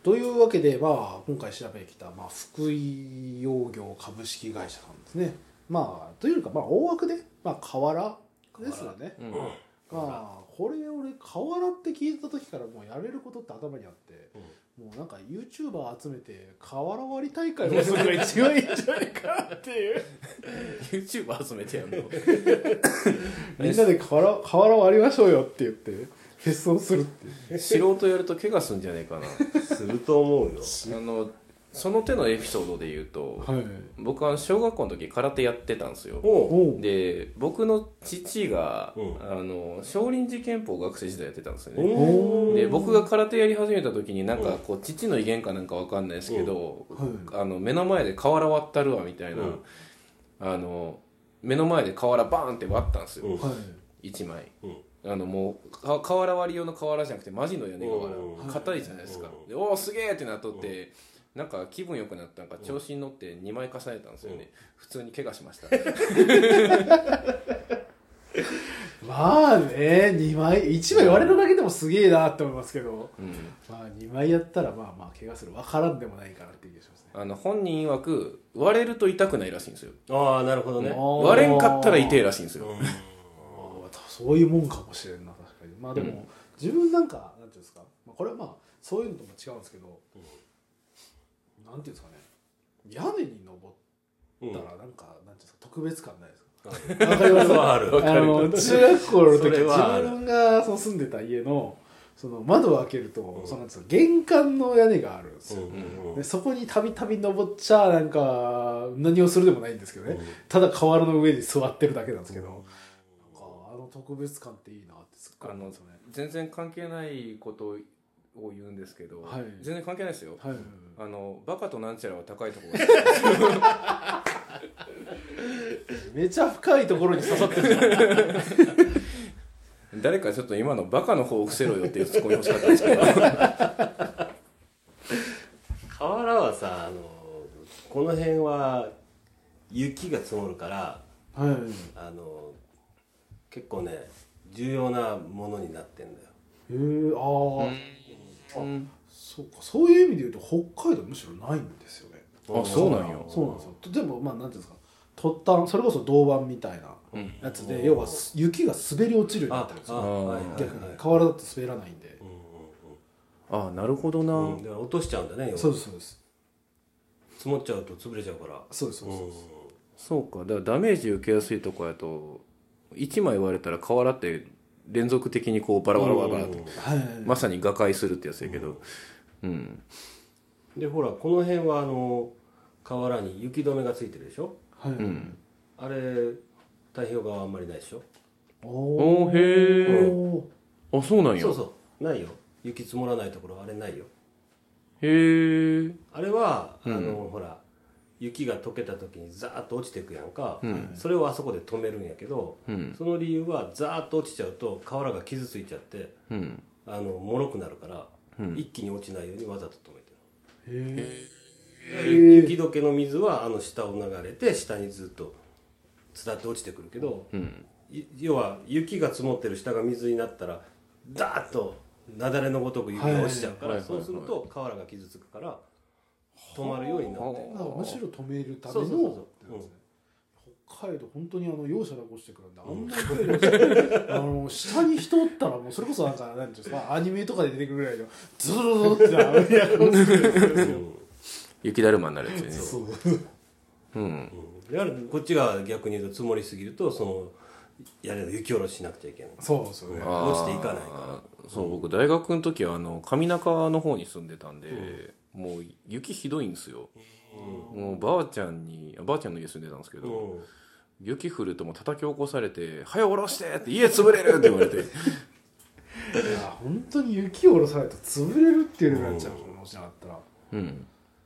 というわけで、まあ、今回調べてきた、まあ、福井養業株式会社さんですね。まあ、というか、まあ、大枠で、まあ、河原ですよね。まあ、これ俺河原って聞いた時からもうやれることって頭にあって、もうなんか YouTuber 集めて河原割り大会をするのが一番いいんじゃないかなっていう YouTuber 集めてやるのみんなで河原割りましょうよって言ってフェスをするっていう素人やると怪我すんじゃねえかなすると思うよ。 その手のエピソードで言うと、 はい、 僕は小学校の時空手やってたんですよ。 おうで僕の父が、少林寺拳法を学生時代やってたんですよね。で僕が空手やり始めた時になんかこう父の威厳かなんかわかんないですけど、目の前で河原割ったるわみたいな、目の前で河原バーンって割ったんですよ、1枚。もう瓦割り用の瓦じゃなくてマジの屋根瓦、硬いじゃないですか。でおおすげえってなっとって、なんか気分良くなったのか調子に乗って2枚重ねたんですよね。普通に怪我しましたまあね2枚1枚割れるだけでもすげえなって思いますけど、まあ2枚やったらまあまあ怪我する分からんでもないかなっていう気がしますね。 本人曰く割れると痛くないらしいんですよ。 ああなるほどね。 割れんかったら痛いらしいんですよ。 そういうもんかもしれんな確かに。まあでも、自分なんかなんていうんですか、まあ、これはまあそういうのとも違うんですけど、なんていうんですかね、屋根に登ったらなんか、なんていうんですか、特別感ないですか。わかります。中学校の時自分がその住んでた家のその窓を開けると、そのなんですか、玄関の屋根があるんですよ。でそこにたびたび登っちゃなんか何をするでもないんですけどね、ただ河原の上に座ってるだけなんですけど。特別感っていいなってすっごい思うんですよね。 全然関係ないことを言うんですけど、全然関係ないですよ。バカとなんちゃらは高いところめちゃ深いところに刺さってるじゃん誰かちょっと今のバカの方を伏せろよっていうツッコミ欲しかったんですけど河原はさこの辺は雪が積もるから、結構ね重要なものになってんだよ。 そうか、そういう意味で言うと北海道むしろないんですよね。 そうなんよ。 そうなんですよ。でもまあなんていうんですか、突端それこそ銅板みたいなやつで、要は雪が滑り落ちるようになってるんですよ。逆に河原だと滑らないんで。 ああなるほどな。 落としちゃうんだね。 そうですそうです。 積もっちゃうと潰れちゃうから。 そうですそうです。 そうか、だからダメージ受けやすいとこやと1枚割れたら瓦って連続的にこうバラバラバラバラと、まさに瓦解するってやつやけど、 でほらこの辺は瓦に雪止めがついてるでしょ。あれ太平洋側はあんまりないでしょ。 おへえ、あそうなんや。 そうそうないよ、雪積もらないところあれないよ。 へえ。 あれはほら雪が溶けた時にザーッと落ちていくやんか、それをあそこで止めるんやけど、その理由はザーッと落ちちゃうと瓦が傷ついちゃって、脆くなるから、一気に落ちないようにわざと止めてる。雪解けの水は下を流れて下にずっと伝って落ちてくるけど、要は雪が積もってる下が水になったらダーッと雪崩のごとく雪が落ちちゃうから、そうすると瓦が傷つくから止まるようになってる。 むしろ止めるための北海道本当に容赦なく落ちてくるんで、あんなに下に人おったらもうそれこそなんか何ていうんですか、アニメとかで出てくるぐらいのズルズルって雪だるまになるやつね。 やはりこっちが逆に言うと積もりすぎるとその屋根の雪下ろししなくちゃいけない。 そうですよね。 落ちていかないから。 そう、僕大学の時は上中の方に住んでたんで、もう雪ひどいんですよ。もうばあちゃんの家住んでたんですけど、雪降るともう叩き起こされて「早下ろして!」って「家潰れる!」って言われていや本当に雪を下ろさないと潰れるっていうレベルになっちゃうかもしれなかったら。でも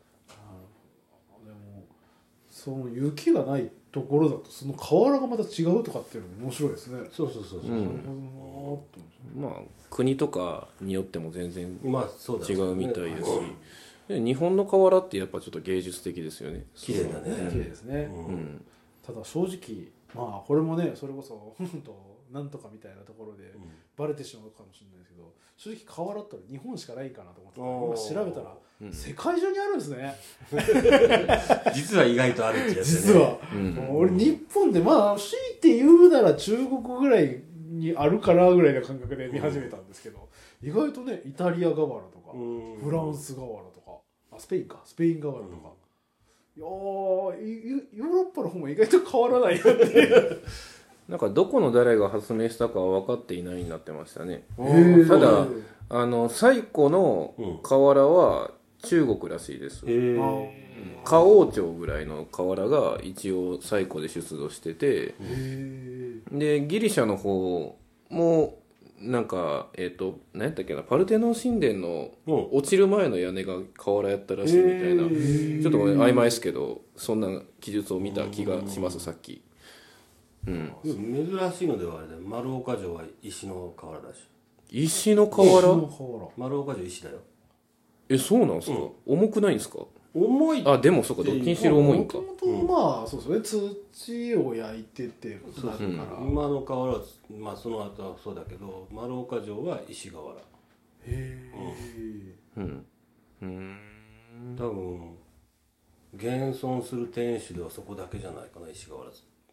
その雪がないところだとその瓦がまた違うとかっていうのも面白いですね。 そうそうそうそう、 まあ国とかによっても全然違うみたいですし、日本の瓦ってやっぱちょっと芸術的ですよね。 綺麗だね。 綺麗ですね。ただ正直まあこれもねそれこそなんとかみたいなところでバレてしまうかもしれないですけど、正直瓦ったら日本しかないかなと思って今調べたら世界中にあるんですね。 実は意外とあるってやつね。 実は、俺日本でまあ強いて言うなら中国ぐらいにあるかなぐらいの感覚で見始めたんですけど、意外とねイタリア瓦とかフランス瓦とかスペイン瓦とか、いやヨーロッパの方も意外と変わらないなっていうなんかどこの誰が発明したかは分かっていないになってましたね。ただ最古の瓦は中国らしいです。花王朝ぐらいの瓦が一応最古で出土してて、でギリシャの方もなんか何やったっけな、パルテノン神殿の落ちる前の屋根が瓦やったらしいみたいな、ちょっと曖昧ですけどそんな記述を見た気がしますさっき。 珍しいのではあれだよ、丸岡城は石の瓦だし。 石の瓦？ 丸岡城石だよ。 そうなんですか、重くないんですか？ 重い。 でもそうか、ドッキンシール重いんか。 もともとまあそうですね、土を焼いてってことだから、 今の瓦はまあその後はそうだけど、丸岡城は石瓦。多分現存する天守ではそこだけじゃないかな、石瓦。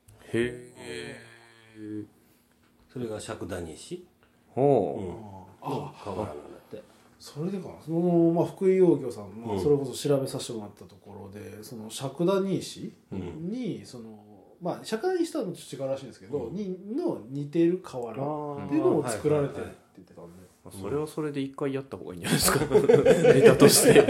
それが釈陀石の瓦なんだって。 それでかな、福井養魚さんのそれこそ調べさせてもらったところで、その釈陀石に釈陀石とはちょっと違うらしいんですけど、の似てる瓦っていうのを作られてるって言ってたんで、 それはそれで一回やった方がいいんじゃないですかネタとして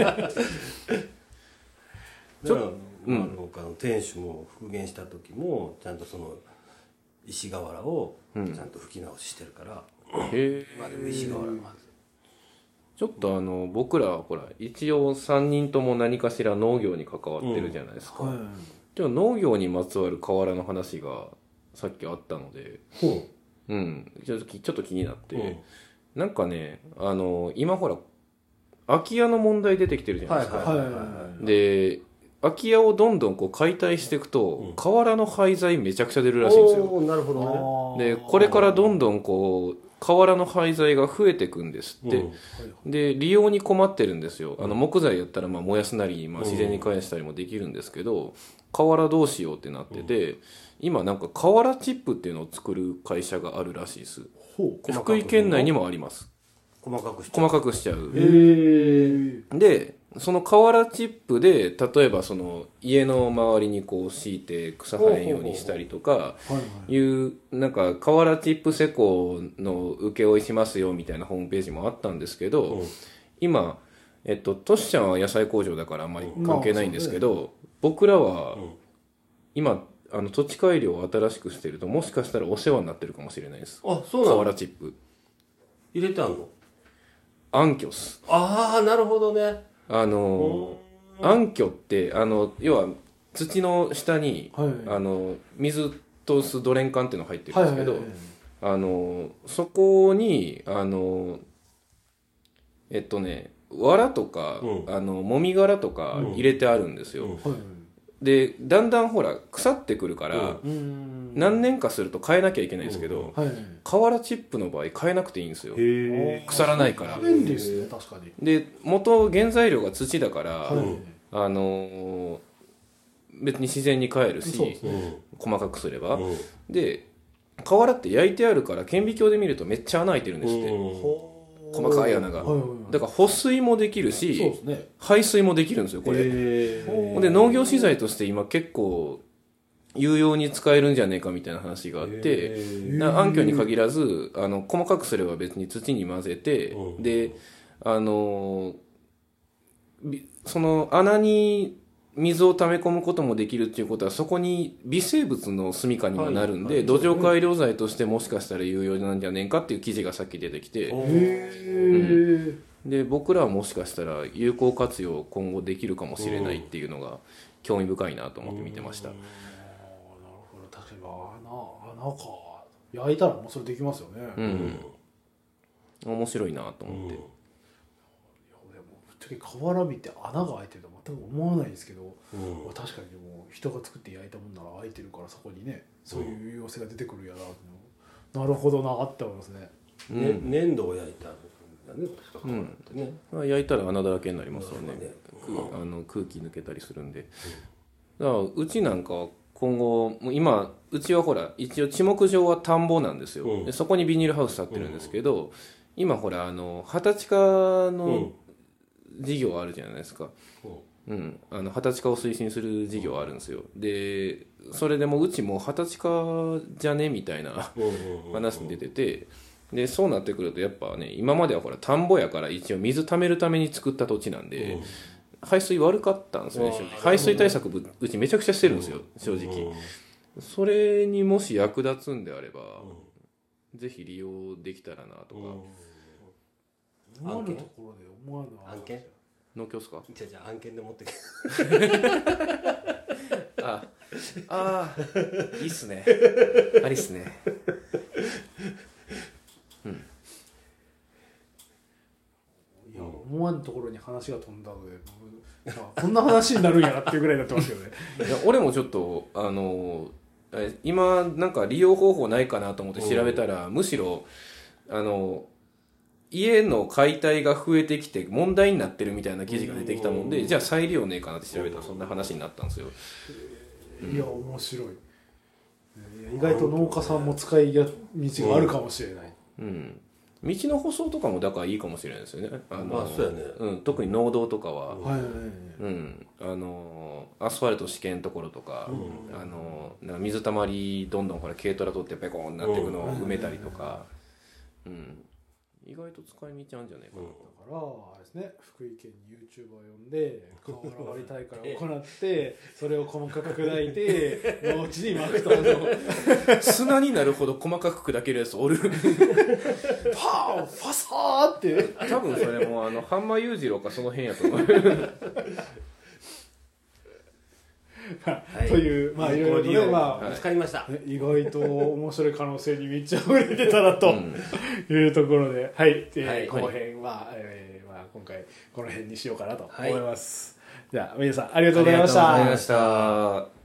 ちょっと丸岡の天守も復元した時もちゃんとその石瓦をちゃんと吹き直ししてるから、でも石瓦もある。 ちょっと僕らほら一応3人とも何かしら農業に関わってるじゃないですか、農業にまつわる瓦の話がさっきあったので、ちょっと気になって、なんかね今ほら空き家の問題出てきてるじゃないですか。で空き家をどんどん解体していくと、瓦の廃材めちゃくちゃ出るらしいんですよ。 なるほどね。でこれからどんどん瓦の廃材が増えていくんですって、で利用に困ってるんですよ。木材やったら燃やすなり、自然に返したりもできるんですけど、瓦どうしようってなってて、今なんか瓦チップっていうのを作る会社があるらしいです。福井県内にもあります。細かくしちゃう。でその瓦チップで例えばその家の周りに敷いて草生えんようにしたりとかいうなんか瓦チップ施工の請負しますよみたいなホームページもあったんですけど、今トシちゃんは野菜工場だからあんまり関係ないんですけど、僕らは今土地改良を新しくしてるともしかしたらお世話になってるかもしれないです。 そうなの？ 瓦チップ入れてあんの？ 暗渠っす。 なるほどね。 暗渠って要は土の下に、水通すドレン管っていうのが入ってるんですけど、そこに藁とか、もみ殻とか入れてあるんですよ。でだんだんほら腐ってくるから、何年かすると変えなきゃいけないんですけど、瓦チップの場合変えなくていいんですよ。腐らないから。 便利ですね、確かに。 で原材料が土だから、別に自然に変えるし、細かくすれば、で瓦って焼いてあるから顕微鏡で見るとめっちゃ穴開いてるんですって。細かい穴が、だから保水もできるし、排水もできるんですよこれ。で農業資材として今結構有用に使えるんじゃねえかみたいな話があって、暗渠に限らず細かくすれば別に土に混ぜて、でその穴に水を溜め込むこともできるっていうことは、そこに微生物の住処にもなるんで、土壌改良材としてもしかしたら有用なんじゃねえかっていう記事がさっき出てきて、で僕らはもしかしたら有効活用今後できるかもしれないっていうのが興味深いなと思って見てました。 なるほど、確かに穴か焼いたらもうそれできますよね。 面白いなと思って。 でも時瓦見て穴が開いてるとは全く思わないですけど、確かにもう人が作って焼いたもんなら開いてるからそこにねそういう妖精が出てくるやな、なるほどなって思いますね。 粘土を焼いたんだね、確か瓦ってね。 焼いたら穴だらけになりますよね。空気抜けたりするんで。だからうちなんかは今後もう今うちはほら一応地目上は田んぼなんですよ、でそこにビニールハウス建ってるんですけど、今ほら二十歳化の事業あるじゃないですか、二十歳化を推進する事業あるんですよ。でそれでもうちも二十歳化じゃねみたいな話に出てて、でそうなってくるとやっぱね今まではほら田んぼやから一応水貯めるために作った土地なんで、排水悪かったんですよね。排水対策うちめちゃくちゃしてるんですよ正直。それにもし役立つんであれば、ぜひ利用できたらなとか。 思わぬところで思わぬ案件農協っすか？ じゃあ案件で持ってけいいっすねありっすね。 いや思わぬところに話が飛んだのでこんな話になるんやなっていうぐらいになってますけどね。 いや俺もちょっと今なんか利用方法ないかなと思って調べたら、むしろ家の解体が増えてきて問題になってるみたいな記事が出てきたもんで、じゃあ再利用ねえかなって調べたらそんな話になったんですよ。 いや面白い。意外と農家さんも使い道があるかもしれない。 道の舗装とかもだからいいかもしれないですよね。 そうやね。 特に農道とかは、アスファルト試験のところとか、なんか水たまりどんどんこれ軽トラ取ってペコーンなっていくのを埋めたりとか、意外と使い道あるんじゃないかな。 だからあれですね、福井県に YouTuber を呼んで瓦割り大会を行ってそれを細かく砕いて農地にまくと砂になるほど細かく砕けるやつおる。 パーンファサーって多分それもハンマー裕次郎かその辺やと思う。 というまあいろいろね、まあ使いました。 意外と面白い可能性にめっちゃ溢れてたなというところで、はい、後編は今回この辺にしようかなと思います。じゃあ皆さんありがとうございました。 ありがとうございました。